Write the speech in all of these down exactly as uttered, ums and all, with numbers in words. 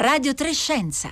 Radio tre Scienza.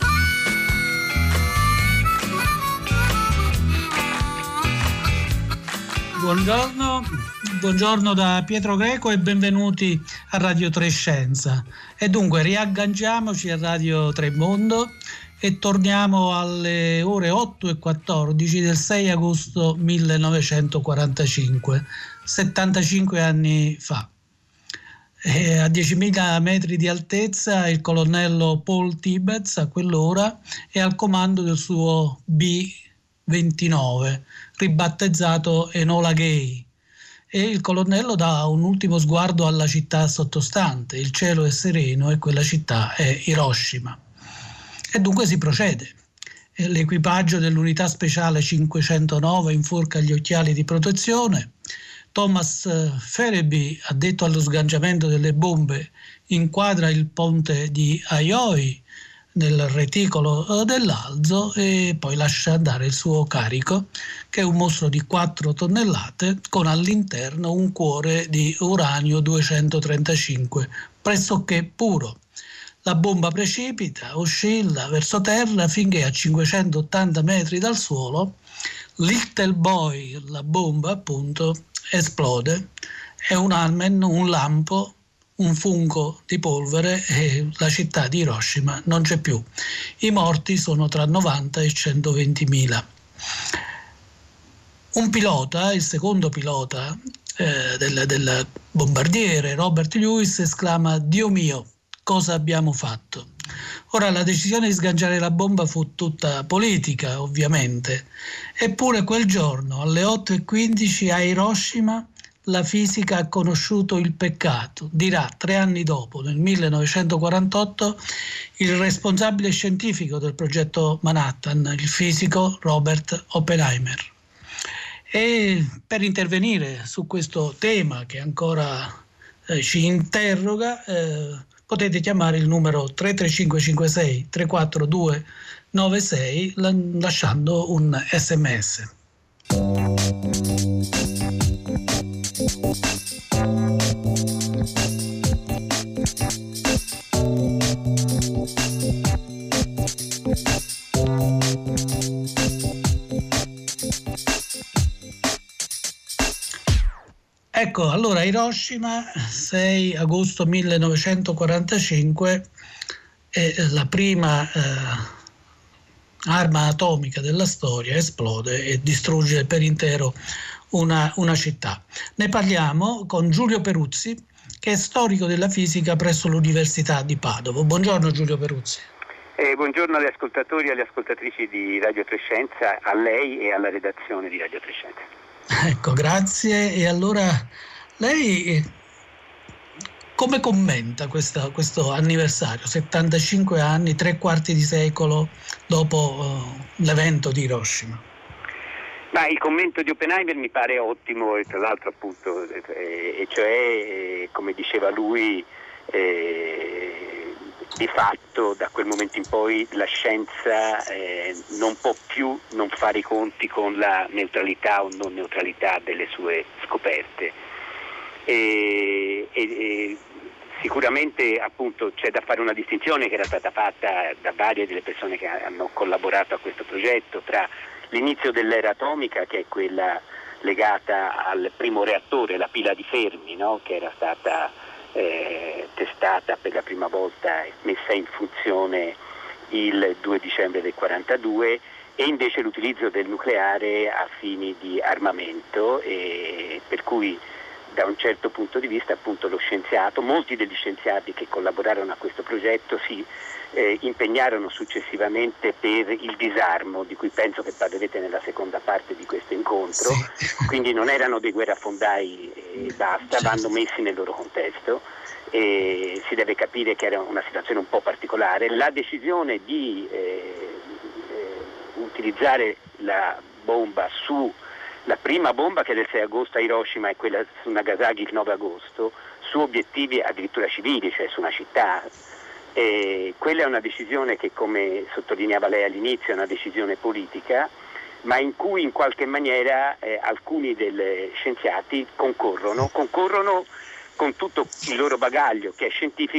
Buongiorno, buongiorno da Pietro Greco e benvenuti a Radio tre Scienza. E dunque riagganciamoci a Radio tre Mondo e torniamo alle ore otto e quattordici del sei agosto millenovecentoquarantacinque, settantacinque anni fa. E a diecimila metri di altezza il colonnello Paul Tibbets a quell'ora è al comando del suo B ventinove, ribattezzato Enola Gay, e il colonnello dà un ultimo sguardo alla città sottostante. Il cielo è sereno e quella città è Hiroshima. E dunque si procede. L'equipaggio dell'unità speciale cinquecentonove inforca gli occhiali di protezione. Thomas Ferriby, addetto allo sganciamento delle bombe, inquadra il ponte di Aioi nel reticolo dell'Alzo e poi lascia andare il suo carico, che è un mostro di quattro tonnellate con all'interno un cuore di uranio duecentotrentacinque, pressoché puro. La bomba precipita, oscilla verso terra finché a cinquecentottanta metri dal suolo Little Boy, la bomba appunto, esplode. È un almen, un lampo, un fungo di polvere e la città di Hiroshima non c'è più. I morti sono tra novanta e centoventimila. Un pilota, il secondo pilota eh, del, del bombardiere, Robert Lewis, esclama: Dio mio, cosa abbiamo fatto? Ora, la decisione di sganciare la bomba fu tutta politica, ovviamente, eppure quel giorno alle otto e quindici a Hiroshima la fisica ha conosciuto il peccato, dirà tre anni dopo, nel millenovecentoquarantotto, il responsabile scientifico del progetto Manhattan, il fisico Robert Oppenheimer. E per intervenire su questo tema che ancora eh, ci interroga, eh, potete chiamare il numero tre tre cinque cinque sei tre quattro due nove sei lasciando un sms. Ecco, allora Hiroshima, sei agosto millenovecentoquarantacinque, è la prima eh, arma atomica della storia, esplode e distrugge per intero una, una città. Ne parliamo con Giulio Peruzzi, che è storico della fisica presso l'Università di Padova. Buongiorno Giulio Peruzzi. Eh, buongiorno agli ascoltatori e alle ascoltatrici di Radio tre Scienza, a lei e alla redazione di Radio tre Scienza. Ecco, grazie. E allora lei come commenta questa, questo anniversario, settantacinque anni, tre quarti di secolo dopo uh, l'evento di Hiroshima? Ma il commento di Oppenheimer mi pare ottimo, e tra l'altro appunto, eh, e cioè, eh, come diceva lui, eh, di fatto da quel momento in poi la scienza eh, non può più non fare i conti con la neutralità o non neutralità delle sue scoperte. E, e, e sicuramente appunto c'è da fare una distinzione che era stata fatta da varie delle persone che hanno collaborato a questo progetto tra l'inizio dell'era atomica, che è quella legata al primo reattore, la pila di Fermi, no? Che era stata eh, testata per la prima volta e messa in funzione il due dicembre del quarantadue, e invece l'utilizzo del nucleare a fini di armamento, e per cui da un certo punto di vista appunto lo scienziato, molti degli scienziati che collaborarono a questo progetto si eh, impegnarono successivamente per il disarmo, di cui penso che parlerete nella seconda parte di questo incontro. Sì. Quindi non erano dei guerrafondai e basta, vanno messi nel loro contesto, e si deve capire che era una situazione un po' particolare. La decisione di eh, eh, utilizzare la bomba su la prima bomba, che è del sei agosto a Hiroshima, e quella su Nagasaki il nove agosto, su obiettivi addirittura civili, cioè su una città. E quella è una decisione che, come sottolineava lei all'inizio, è una decisione politica, ma in cui in qualche maniera eh, alcuni dei scienziati concorrono, concorrono con tutto il loro bagaglio che è scientifico,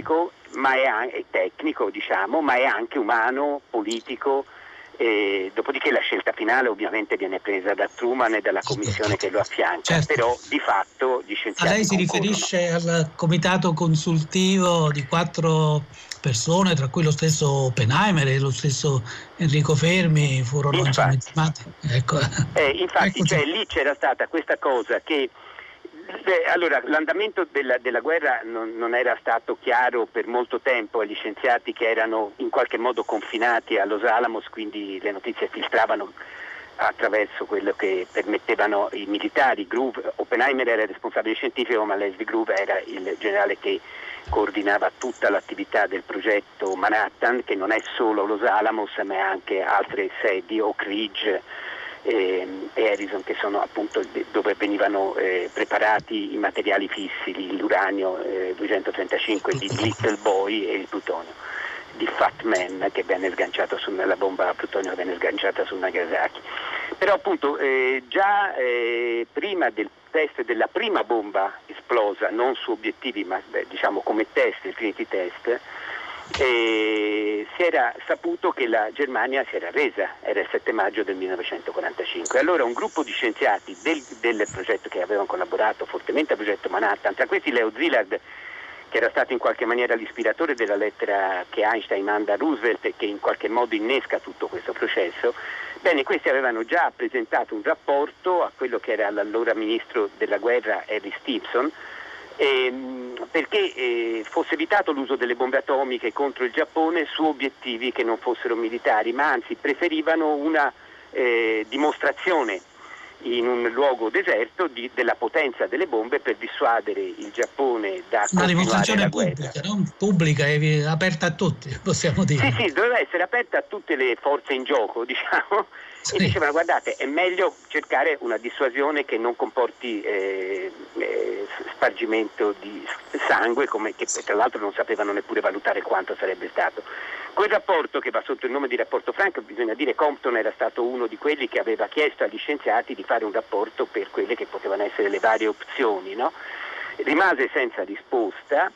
ma è, anche, è tecnico, diciamo, ma è anche umano, politico. E dopodiché la scelta finale ovviamente viene presa da Truman e dalla commissione che lo affianca, certo. Però di fatto gli scienziati A lei si concorrono. riferisce al comitato consultivo di quattro persone, tra cui lo stesso Oppenheimer e lo stesso Enrico Fermi furono infatti, insomma, ecco. eh, infatti cioè, lì c'era stata questa cosa che Eh, allora, l'andamento della, della guerra non, non era stato chiaro per molto tempo agli scienziati che erano in qualche modo confinati a Los Alamos, quindi le notizie filtravano attraverso quello che permettevano i militari. Groove, Oppenheimer era il responsabile scientifico, ma Leslie Groove era il generale che coordinava tutta l'attività del progetto Manhattan, che non è solo Los Alamos, ma è anche altre sedi, Oak Ridge e Harrison, che sono appunto dove venivano eh, preparati i materiali fissi, l'uranio eh, duecentotrentacinque di Little Boy e il plutonio di Fat Man, che venne sganciato su, la bomba a plutonio che venne sganciata su Nagasaki. Però appunto eh, già eh, prima del test della prima bomba esplosa, non su obiettivi ma beh, diciamo come test, il Trinity Test, e si era saputo che la Germania si era resa, era il sette maggio del millenovecentoquarantacinque. Allora un gruppo di scienziati del, del progetto che avevano collaborato fortemente al progetto Manhattan, tra questi Leo Szilard, che era stato in qualche maniera l'ispiratore della lettera che Einstein manda a Roosevelt e che in qualche modo innesca tutto questo processo, bene, questi avevano già presentato un rapporto a quello che era l'allora ministro della guerra Harry Stimson, ehm, perché eh, fosse evitato l'uso delle bombe atomiche contro il Giappone su obiettivi che non fossero militari, ma anzi preferivano una eh, dimostrazione in un luogo deserto di, della potenza delle bombe per dissuadere il Giappone da una dimostrazione la pubblica, guerra. Non pubblica e aperta a tutti, possiamo dire. Sì, sì, doveva essere aperta a tutte le forze in gioco, diciamo, sì. E dicevano guardate, è meglio cercare una dissuasione che non comporti eh, eh, spargimento di sangue, come, che tra l'altro non sapevano neppure valutare quanto sarebbe stato. Quel rapporto, che va sotto il nome di rapporto Frank, bisogna dire Compton era stato uno di quelli che aveva chiesto agli scienziati di fare un rapporto per quelle che potevano essere le varie opzioni, no? Rimase senza risposta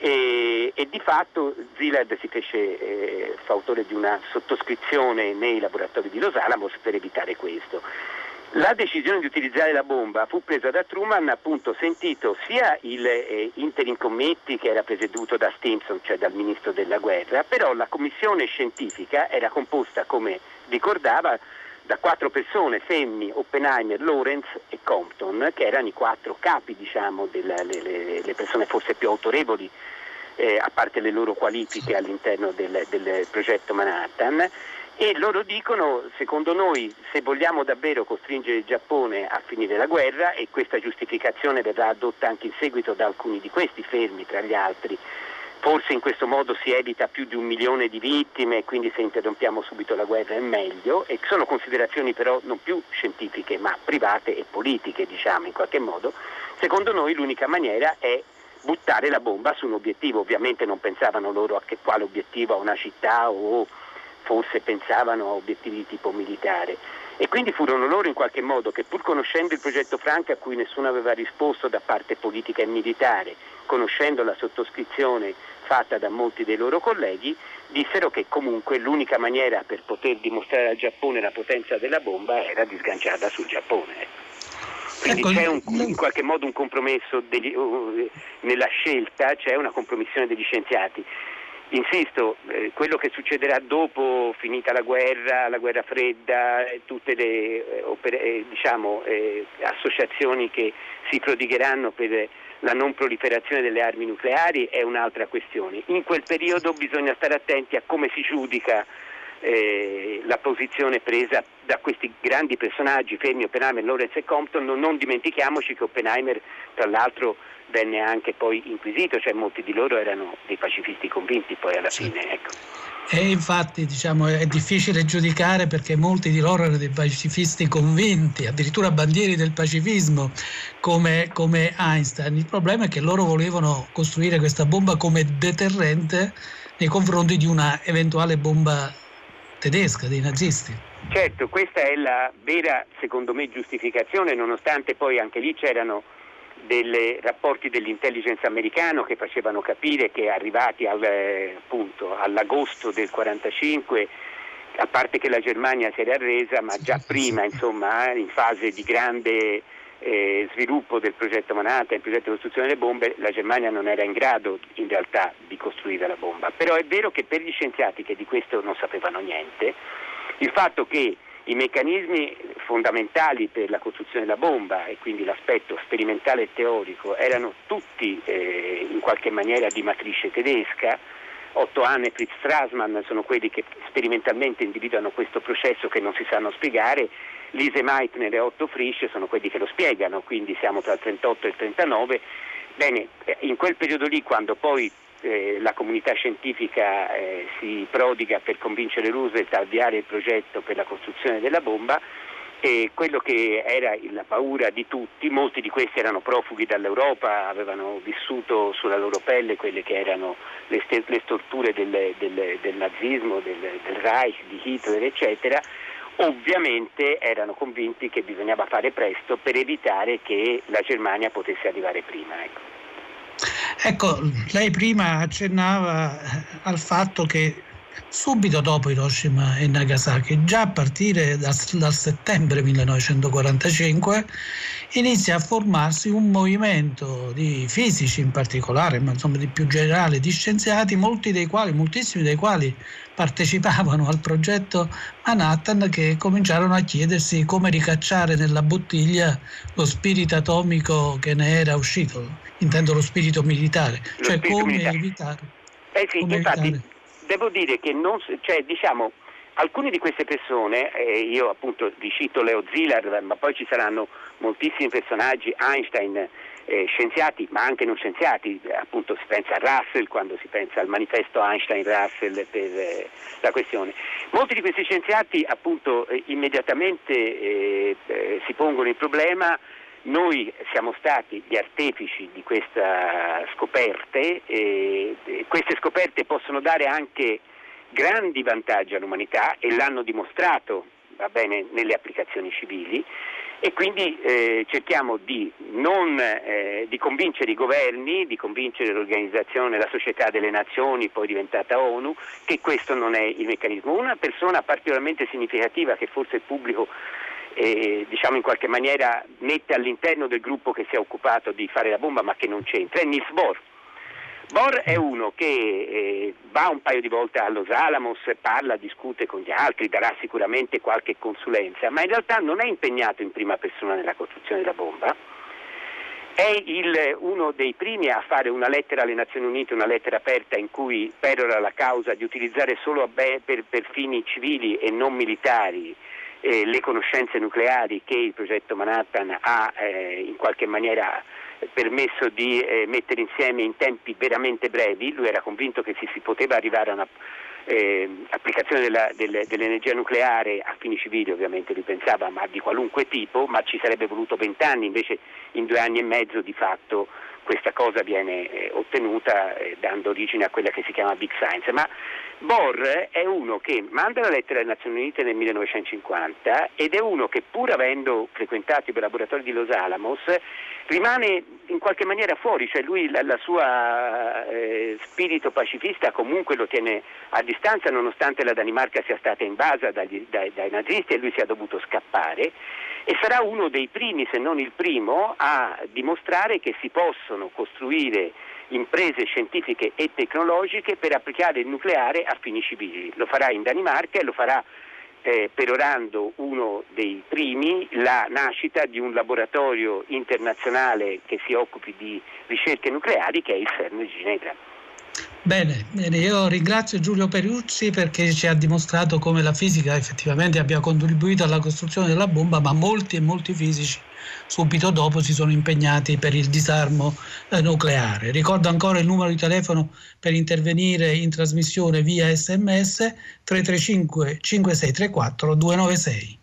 e, e di fatto Szilard si fece eh, fautore di una sottoscrizione nei laboratori di Los Alamos per evitare questo. La decisione di utilizzare la bomba fu presa da Truman, appunto sentito sia il eh, interim committee che era presieduto da Stimson, cioè dal ministro della guerra, però la commissione scientifica era composta, come ricordava, da quattro persone, Fermi, Oppenheimer, Lawrence e Compton, che erano i quattro capi, diciamo, delle le, le persone forse più autorevoli, eh, a parte le loro qualifiche all'interno del, del progetto Manhattan. E loro dicono, secondo noi, se vogliamo davvero costringere il Giappone a finire la guerra, e questa giustificazione verrà adotta anche in seguito da alcuni di questi, Fermi tra gli altri, forse in questo modo si evita più di un milione di vittime, quindi se interrompiamo subito la guerra è meglio, e sono considerazioni però non più scientifiche ma private e politiche, diciamo in qualche modo. Secondo noi l'unica maniera è buttare la bomba su un obiettivo. Ovviamente non pensavano loro a che quale obiettivo, a una città, o forse pensavano a obiettivi di tipo militare, e quindi furono loro in qualche modo che, pur conoscendo il progetto Frank a cui nessuno aveva risposto da parte politica e militare, conoscendo la sottoscrizione fatta da molti dei loro colleghi, dissero che comunque l'unica maniera per poter dimostrare al Giappone la potenza della bomba era di sganciarla sul Giappone. Quindi ecco, c'è un, in qualche modo un compromesso degli, uh, nella scelta, c'è una compromissione degli scienziati. Insisto, eh, quello che succederà dopo, finita la guerra, la guerra fredda, eh, tutte le eh, opere, eh, diciamo, eh, associazioni che si prodigheranno per la non proliferazione delle armi nucleari è un'altra questione. In quel periodo bisogna stare attenti a come si giudica eh, la posizione presa da questi grandi personaggi, Fermi, Oppenheimer, Lawrence e Compton. Non, non dimentichiamoci che Oppenheimer, tra l'altro, venne anche poi inquisito, cioè molti di loro erano dei pacifisti convinti poi alla sì. fine. Ecco. E infatti diciamo è difficile giudicare, perché molti di loro erano dei pacifisti convinti, addirittura bandieri del pacifismo come, come Einstein. Il problema è che loro volevano costruire questa bomba come deterrente nei confronti di una eventuale bomba tedesca, dei nazisti. Certo, questa è la vera, secondo me, giustificazione, nonostante poi anche lì c'erano dei rapporti dell'intelligence americano che facevano capire che arrivati al, appunto, all'agosto del quarantacinque, a parte che la Germania si era arresa, ma già prima, insomma, in fase di grande eh, sviluppo del progetto Manhattan, il progetto di costruzione delle bombe, la Germania non era in grado in realtà di costruire la bomba. Però è vero che per gli scienziati che di questo non sapevano niente, il fatto che i meccanismi fondamentali per la costruzione della bomba e quindi l'aspetto sperimentale e teorico erano tutti eh, in qualche maniera di matrice tedesca. Otto Hahn e Fritz Strassmann sono quelli che sperimentalmente individuano questo processo che non si sanno spiegare, Lise Meitner e Otto Frisch sono quelli che lo spiegano, quindi siamo tra il trentotto e il trentanove. Bene, in quel periodo lì, quando poi eh, la comunità scientifica eh, si prodiga per convincere Roosevelt a avviare il progetto per la costruzione della bomba, e quello che era la paura di tutti, molti di questi erano profughi dall'Europa, avevano vissuto sulla loro pelle quelle che erano le, st- le storture del, del, del nazismo, del, del Reich, di Hitler, eccetera. Ovviamente erano convinti che bisognava fare presto per evitare che la Germania potesse arrivare prima. Ecco, ecco lei prima accennava al fatto che subito dopo Hiroshima e Nagasaki, già a partire da, dal settembre millenovecentoquarantacinque, inizia a formarsi un movimento di fisici in particolare, ma insomma di più generale, di scienziati, molti dei quali, moltissimi dei quali partecipavano al progetto Manhattan, che cominciarono a chiedersi come ricacciare nella bottiglia lo spirito atomico che ne era uscito, intendo lo spirito militare, lo cioè spirito come militare. evitare. Eh sì, come infatti evitare. Devo dire che non, cioè, diciamo, alcune di queste persone, eh, io appunto vi cito Leo Szilard, ma poi ci saranno moltissimi personaggi, Einstein, eh, scienziati ma anche non scienziati, appunto si pensa a Russell quando si pensa al manifesto Einstein-Russell per eh, la questione. Molti di questi scienziati appunto eh, immediatamente eh, eh, si pongono il problema. Noi siamo stati gli artefici di queste scoperte e queste scoperte possono dare anche grandi vantaggi all'umanità e l'hanno dimostrato, va bene, nelle applicazioni civili, e quindi eh, cerchiamo di, non, eh, di convincere i governi, di convincere l'organizzazione, la Società delle Nazioni, poi diventata ONU, che questo non è il meccanismo. Una persona particolarmente significativa che forse il pubblico Eh, diciamo in qualche maniera mette all'interno del gruppo che si è occupato di fare la bomba ma che non c'entra, è Niels Bohr. Bohr è uno che eh, va un paio di volte a Los Alamos, parla, discute con gli altri, darà sicuramente qualche consulenza, ma in realtà non è impegnato in prima persona nella costruzione della bomba. È il, uno dei primi a fare una lettera alle Nazioni Unite, una lettera aperta in cui perora la causa di utilizzare solo a be- per, per fini civili e non militari Eh, le conoscenze nucleari che il progetto Manhattan ha eh, in qualche maniera permesso di eh, mettere insieme in tempi veramente brevi. Lui era convinto che si, si poteva arrivare a una eh, applicazione della, del, dell'energia nucleare a fini civili, ovviamente lui pensava, ma di qualunque tipo, ma ci sarebbe voluto vent'anni, invece in due anni e mezzo di fatto questa cosa viene eh, ottenuta eh, dando origine a quella che si chiama Big Science. Ma Bohr è uno che manda la lettera alle Nazioni Unite nel millenovecentocinquanta ed è uno che, pur avendo frequentato i laboratori di Los Alamos, rimane in qualche maniera fuori, cioè lui la, la sua eh, spirito pacifista comunque lo tiene a distanza, nonostante la Danimarca sia stata invasa dagli, dai, dai nazisti e lui sia dovuto scappare, e sarà uno dei primi, se non il primo, a dimostrare che si possono costruire imprese scientifiche e tecnologiche per applicare il nucleare a fini civili. Lo farà in Danimarca e lo farà eh, perorando uno dei primi la nascita di un laboratorio internazionale che si occupi di ricerche nucleari, che è il CERN di Ginevra. Bene, bene, io ringrazio Giulio Periuzzi perché ci ha dimostrato come la fisica effettivamente abbia contribuito alla costruzione della bomba, ma molti e molti fisici subito dopo si sono impegnati per il disarmo eh, nucleare. Ricordo ancora il numero di telefono per intervenire in trasmissione via sms: tre tre cinque cinque sei tre quattro due nove sei.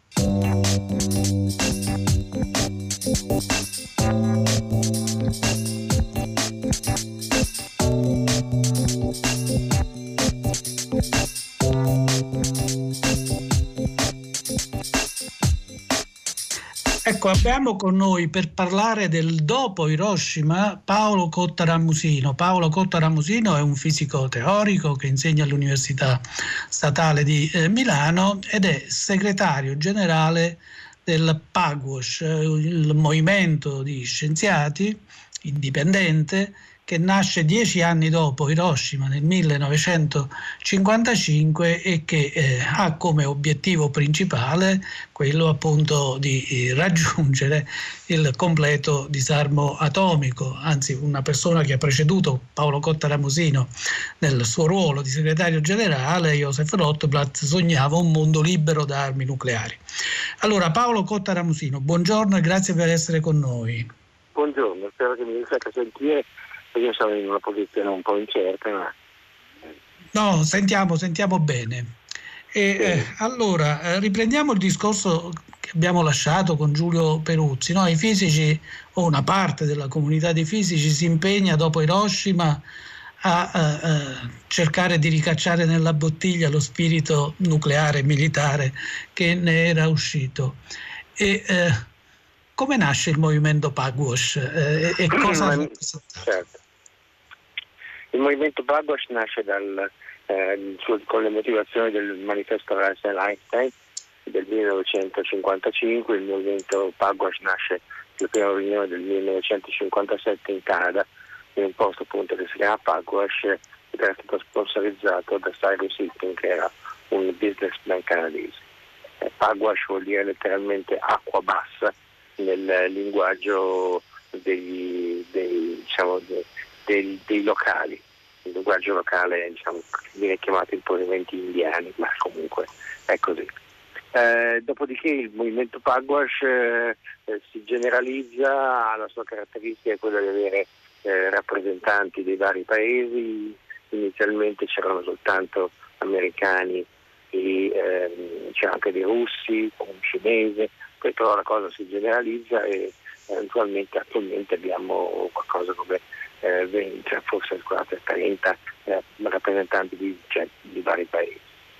Ecco, abbiamo con noi per parlare del dopo Hiroshima Paolo Cotta Ramusino. Paolo Cotta Ramusino è un fisico teorico che insegna all'Università Statale di eh, Milano ed è segretario generale del PAGWASH, il movimento di scienziati indipendente che nasce dieci anni dopo Hiroshima nel millenovecentocinquantacinque e che eh, ha come obiettivo principale quello appunto di eh, raggiungere il completo disarmo atomico. Anzi, una persona che ha preceduto Paolo Cotta Ramusino nel suo ruolo di segretario generale, Joseph Rotblat, sognava un mondo libero da armi nucleari. Allora, Paolo Cotta Ramusino, buongiorno e grazie per essere con noi. Buongiorno, spero che mi riusciate a sentire. Io sono in una posizione un po' incerta, ma... No, sentiamo, sentiamo bene. E, sì. eh, allora, eh, riprendiamo il discorso che abbiamo lasciato con Giulio Peruzzi. No? I fisici, o una parte della comunità dei fisici, si impegna dopo Hiroshima a, a, a cercare di ricacciare nella bottiglia lo spirito nucleare militare che ne era uscito. E eh, come nasce il movimento PAGWASH? Eh, e cosa certo. Il movimento PAGWASH nasce dal, eh, con le motivazioni del manifesto Einstein del millenovecentocinquantacinque. Il movimento PAGWASH nasce la prima riunione del millenovecentocinquantasette in Canada, in un posto appunto che si chiama PAGWASH, che era stato sponsorizzato da Cyrus Hitton, che era un businessman canadese. Eh, PAGWASH vuol dire letteralmente acqua bassa nel linguaggio dei, dei, diciamo, dei, dei, dei locali. Il linguaggio locale, diciamo, viene chiamato imponimenti indiani, ma comunque è così. Eh, dopodiché il movimento PAGWASH eh, si generalizza, la sua caratteristica è quella di avere eh, rappresentanti dei vari paesi. Inizialmente c'erano soltanto americani e ehm, c'erano anche dei russi, un cinese, poi però la cosa si generalizza e eventualmente attualmente abbiamo qualcosa come eh, venti, forse trenta eh, rappresentanti di, cioè, di vari paesi.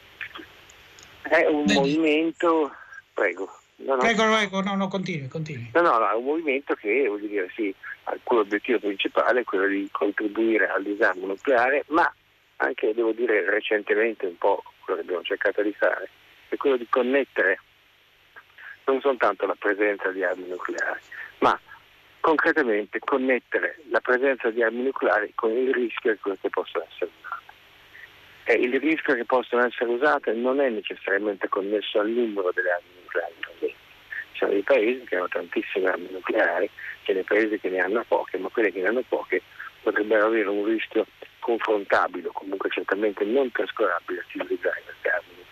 È un Bene. movimento, prego. No, no. Prego, prego, no, no, continui, continui. No, no, no, è un movimento che, vuol dire, sì, il cui obiettivo principale è quello di contribuire al disarmo nucleare, ma anche, devo dire, recentemente un po' quello che abbiamo cercato di fare è quello di connettere non soltanto la presenza di armi nucleari, ma concretamente connettere la presenza di armi nucleari con il rischio che queste possano essere usate. E il rischio che possono essere usate non è necessariamente connesso al numero delle armi nucleari presenti. Ci sono dei paesi che hanno tantissime armi nucleari, c'è dei paesi che ne hanno poche, ma quelli che ne hanno poche potrebbero avere un rischio confrontabile, o comunque certamente non trascurabile a utilizzare queste armi nucleari.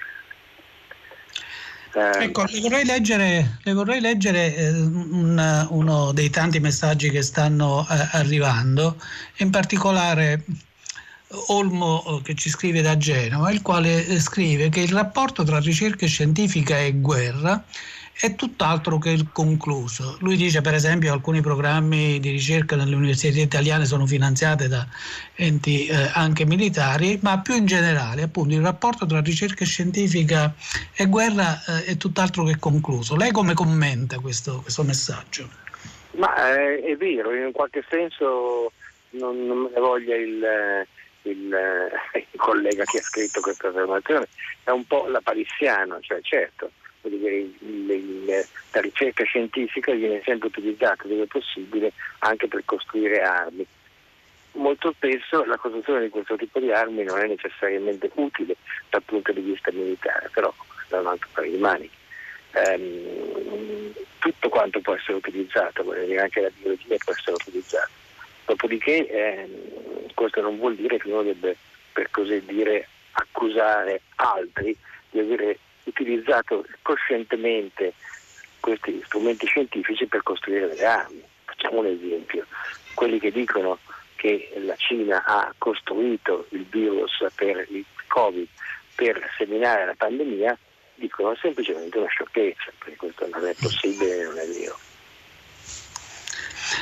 Ecco, le vorrei leggere, le vorrei leggere eh, un, uno dei tanti messaggi che stanno eh, arrivando, in particolare Olmo che ci scrive da Genova, il quale scrive che il rapporto tra ricerca scientifica e guerra è tutt'altro che il concluso. Lui dice, per esempio, alcuni programmi di ricerca nelle università italiane sono finanziati da enti eh, anche militari, ma più in generale, appunto, il rapporto tra ricerca scientifica e guerra eh, è tutt'altro che concluso. Lei come commenta questo, questo messaggio? Ma eh, è vero, in qualche senso non, non me ne voglia il, il, il collega che ha scritto questa affermazione, è un po' la palissiana, cioè certo. La ricerca scientifica viene sempre utilizzata dove possibile anche per costruire armi. Molto spesso la costruzione di questo tipo di armi non è necessariamente utile dal punto di vista militare, però da un altro paio di maniche. Ehm, tutto quanto può essere utilizzato, vuol dire anche la biologia può essere utilizzata. Dopodiché ehm, questo non vuol dire che uno debba, per così dire, accusare altri di avere utilizzato coscientemente questi strumenti scientifici per costruire delle armi. Facciamo un esempio: quelli che dicono che la Cina ha costruito il virus per il Covid per seminare la pandemia dicono semplicemente una sciocchezza, perché questo non è possibile, non è vero.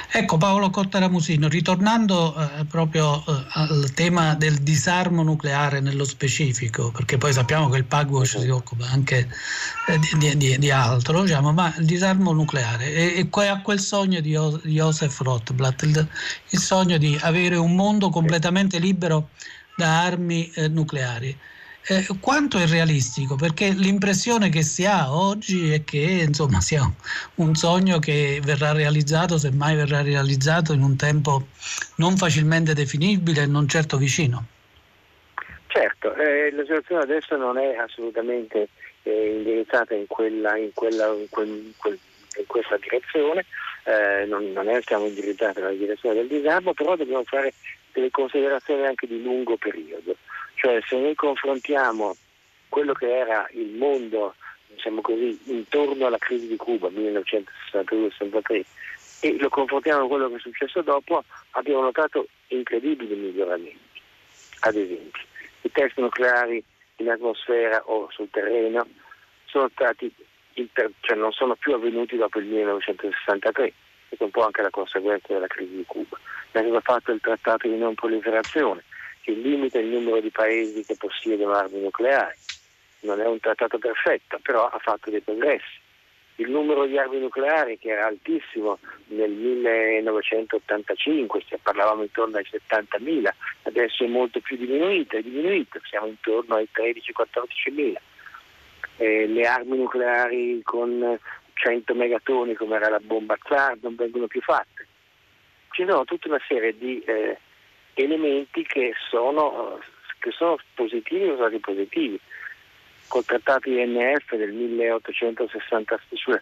Ecco Paolo Cottaramusino, ritornando eh, proprio eh, al tema del disarmo nucleare nello specifico, perché poi sappiamo che il PAGWASH si occupa anche eh, di, di, di altro, diciamo, ma il disarmo nucleare e, e que- a quel sogno di Jo- Joseph Rothblatt, il, il sogno di avere un mondo completamente libero da armi eh, nucleari. Eh, quanto è realistico? Perché l'impressione che si ha oggi è che insomma sia un sogno che verrà realizzato, semmai verrà realizzato in un tempo non facilmente definibile e non certo vicino. Certo, eh, la situazione adesso non è assolutamente eh, indirizzata in, quella, in, quella, in, quel, in, quel, in questa direzione, eh, non, non è stiamo indirizzati nella direzione del disarmo, però dobbiamo fare delle considerazioni anche di lungo periodo. Cioè se noi confrontiamo quello che era il mondo, diciamo così, intorno alla crisi di Cuba, millenovecentosessantadue sessantatré, e lo confrontiamo con quello che è successo dopo, abbiamo notato incredibili miglioramenti. Ad esempio, i test nucleari in atmosfera o sul terreno sono stati inter- cioè non sono più avvenuti dopo il millenovecentosessantatré, che è un po' anche la conseguenza della crisi di Cuba. È stato fatto il trattato di non proliferazione, che limita il numero di paesi che possiedono armi nucleari. Non è un trattato perfetto, però ha fatto dei progressi. Il numero di armi nucleari, che era altissimo nel millenovecentottantacinque, parlavamo intorno ai settantamila, adesso è molto più diminuito, è diminuito, siamo intorno ai tredici quattordicimila. Eh, le armi nucleari con cento megatoni, come era la bomba Tsar, non vengono più fatte. Ci sono tutta una serie di eh, elementi che sono, che sono positivi o stati positivi. Col trattato I N F del milleottocentosessanta, cioè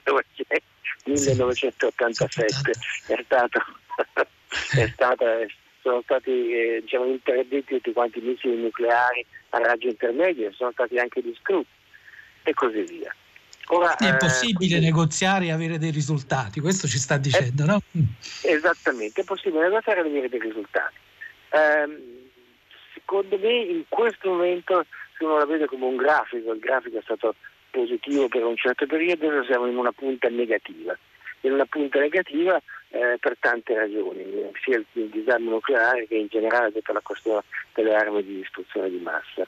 millenovecentottantasette è stato, è stata, sono stati eh, diciamo, interdetti tutti quanti i missili nucleari a raggio intermedio, sono stati anche distrutti e così via. Ora, è possibile eh, negoziare e avere dei risultati, questo ci sta dicendo, è, no? Esattamente, è possibile negoziare e avere dei risultati. Eh, secondo me in questo momento, se uno la vede come un grafico, il grafico è stato positivo per un certo periodo, adesso siamo in una punta negativa. In una punta negativa eh, per tante ragioni, sia il, il disarmo nucleare che in generale tutta la questione delle armi di distruzione di massa.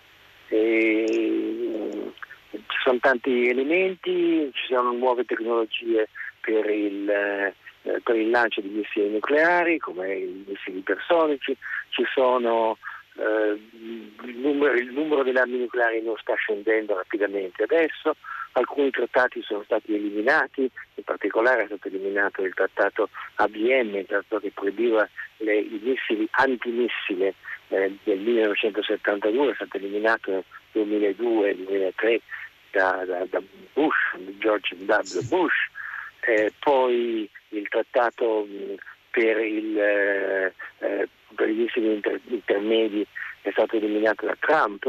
E, ci sono tanti elementi, ci sono nuove tecnologie per il, eh, per il lancio di missili nucleari, come i missili ipersonici, ci sono eh, il, numero, il numero delle armi nucleari non sta scendendo rapidamente adesso, alcuni trattati sono stati eliminati, in particolare è stato eliminato il trattato A B M, il trattato che proibiva le, i missili antimissile eh, del millenovecentosettantadue, è stato eliminato nel duemiladue duemilatré da, da, da Bush, George W. Bush, eh, poi il trattato mh, per, il, eh, per i missili inter, intermedi è stato eliminato da Trump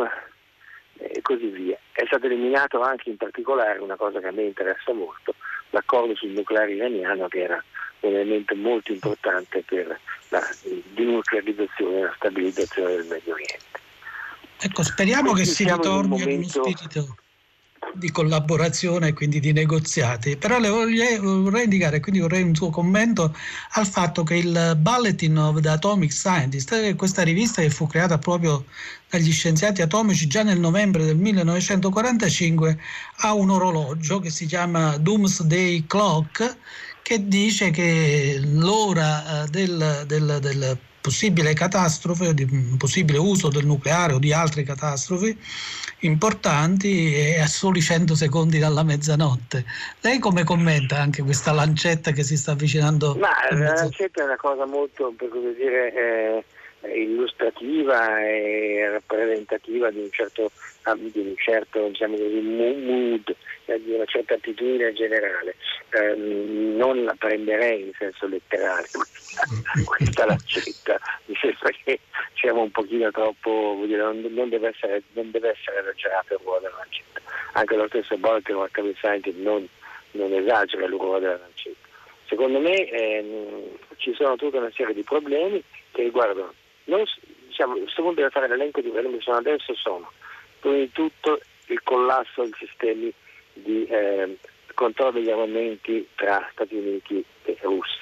e così via. È stato eliminato anche in particolare una cosa che a me interessa molto, l'accordo sul nucleare iraniano, che era un elemento molto importante per la denuclearizzazione e la stabilizzazione del Medio Oriente. Ecco, speriamo Quindi che si ritorni ad uno spirito di collaborazione e quindi di negoziati, però le vorrei, vorrei indicare, quindi vorrei un suo commento al fatto che il Bulletin of the Atomic Scientist, questa rivista che fu creata proprio dagli scienziati atomici già nel novembre del millenovecentoquarantacinque, ha un orologio che si chiama Doomsday Clock, che dice che l'ora del, del, del possibile catastrofe, di possibile uso del nucleare o di altre catastrofi importanti è a soli cento secondi dalla mezzanotte. Lei come commenta anche questa lancetta che si sta avvicinando? Ma la lancetta è una cosa molto, per così dire, eh, illustrativa e rappresentativa di un certo, di un certo diciamo così, mood, di una certa attitudine generale. Eh, non la prenderei in senso letterale questa lancetta, mi sembra che siamo un pochino troppo, vuol dire, non, non deve essere non deve essere esagerato il ruolo della lancetta. Anche lo stesso Bolton o Atomic Scientist non, non esagera il ruolo della lancetta. Secondo me ehm, ci sono tutta una serie di problemi che riguardano, non, diciamo, se uno deve fare l'elenco di problemi che sono adesso, sono prima di tutto il collasso dei sistemi di eh, controllo degli armamenti tra Stati Uniti e Russia.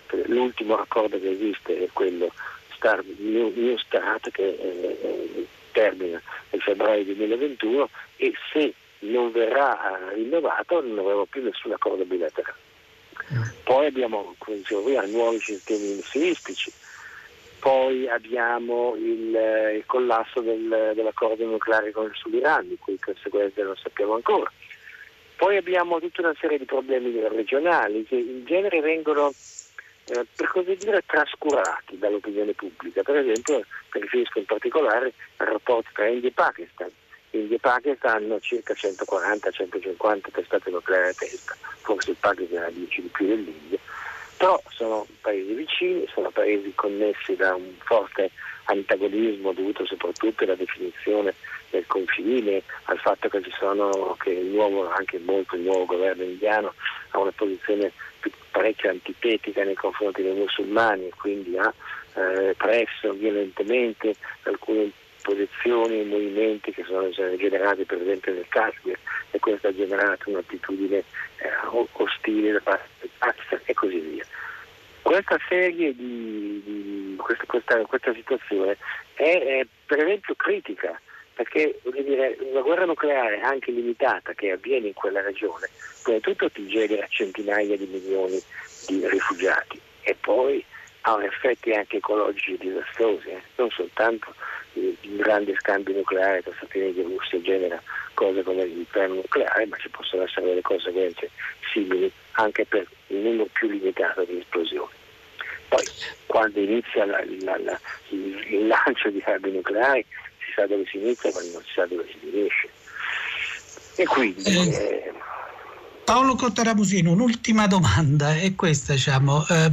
L'ultimo accordo che esiste è quello Star, New, New Start, che eh, termina nel febbraio duemilaventuno, e se non verrà rinnovato non avremo più nessun accordo bilaterale. Poi abbiamo, come dicevo prima, nuovi sistemi missilistici, poi abbiamo il, il collasso del, dell'accordo nucleare con sull'Iran, di cui conseguenze non sappiamo ancora. Poi abbiamo tutta una serie di problemi regionali che in genere vengono, eh, per così dire, trascurati dall'opinione pubblica. Per esempio, mi riferisco in particolare al rapporto tra India e Pakistan. India e Pakistan hanno circa centoquaranta centocinquanta testate nucleari a testa, forse il Pakistan ha dieci di più dell'India, però sono paesi vicini, sono paesi connessi da un forte antagonismo dovuto soprattutto alla definizione del confine, al fatto che ci sono, che il nuovo, anche molto il nuovo governo indiano ha una posizione più, parecchio antitetica nei confronti dei musulmani e quindi ha eh, presso violentemente alcune posizioni e movimenti che sono generati per esempio nel Kashmir, e questo ha generato un'attitudine eh, ostile da parte del Pakistan e così via. Questa serie di, di questa, questa, questa situazione è, è per esempio critica, perché voglio dire, una guerra nucleare anche limitata che avviene in quella regione prima di tutto ti genera centinaia di milioni di rifugiati e poi ha effetti anche ecologici disastrosi, eh? non soltanto il grande scambio nucleare tra Stati Uniti e Russia genera cose come l'inferno nucleare, ma ci possono essere delle conseguenze simili anche per il numero più limitato di esplosioni. Poi quando inizia la, la, la, il, il lancio di armi nucleari si sa dove si inizia ma non si sa dove si finisce. E quindi eh, eh, Paolo Cottaramusino, un'ultima domanda è questa, diciamo. Eh,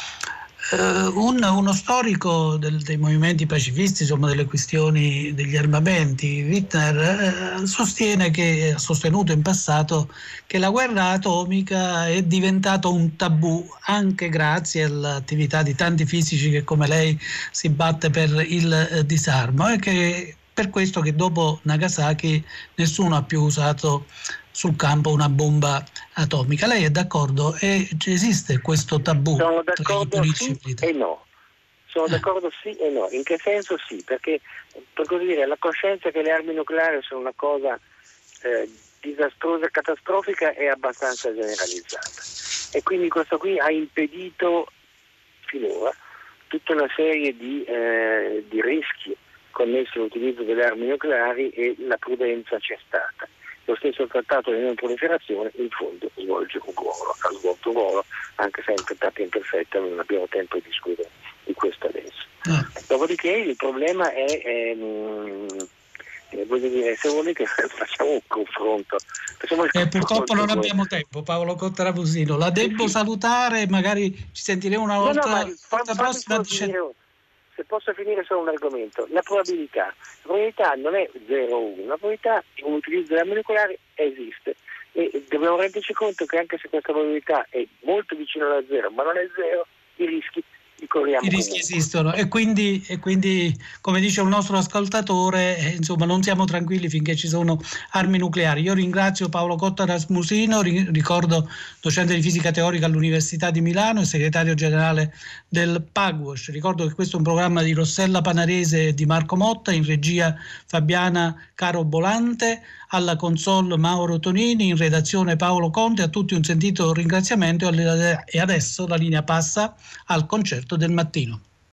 Uh, un, uno storico del, dei movimenti pacifisti, insomma delle questioni degli armamenti, Wittner, uh, sostiene che, ha sostenuto in passato che la guerra atomica è diventata un tabù anche grazie all'attività di tanti fisici che come lei si batte per il uh, disarmo, e che per questo che dopo Nagasaki nessuno ha più usato sul campo una bomba atomica. Lei è d'accordo? E esiste questo tabù? Sono d'accordo sì e no. Sono ah. d'accordo sì e no. In che senso sì? Perché, per così dire, la coscienza che le armi nucleari sono una cosa eh, disastrosa e catastrofica è abbastanza generalizzata. E quindi questo qui ha impedito finora tutta una serie di, eh, di rischi connessi all'utilizzo delle armi nucleari, e la prudenza c'è stata. Lo stesso trattato di non proliferazione in fondo svolge un ruolo, ha svolto un ruolo, anche se è imperfetta imperfetta, non abbiamo tempo di discutere di questo adesso. Ah. Dopodiché il problema è, è eh, voglio dire, se volete facciamo un confronto. Facciamo il eh, confronto purtroppo non con... abbiamo tempo, Paolo Cottaramusino. La devo sì, salutare, magari ci sentiremo una volta, no, no, ma volta prossima. Se posso finire solo un argomento, la probabilità. La probabilità non è zero uno, la probabilità di un utilizzo delle armi nucleari esiste, e dobbiamo renderci conto che anche se questa probabilità è molto vicina alla zero, ma non è zero, i rischi li corriamo. I rischi comunque. esistono e quindi, e quindi, come dice un nostro ascoltatore, eh, insomma non siamo tranquilli finché ci sono armi nucleari. Io ringrazio Paolo Cottaramusino, ri- ricordo docente di fisica teorica all'Università di Milano e segretario generale del PAGWASH. Ricordo che questo è un programma di Rossella Panarese e di Marco Motta, in regia Fabiana Caro Bolante, alla console Mauro Tonini, in redazione Paolo Conte. A tutti un sentito ringraziamento e adesso la linea passa al concerto del mattino.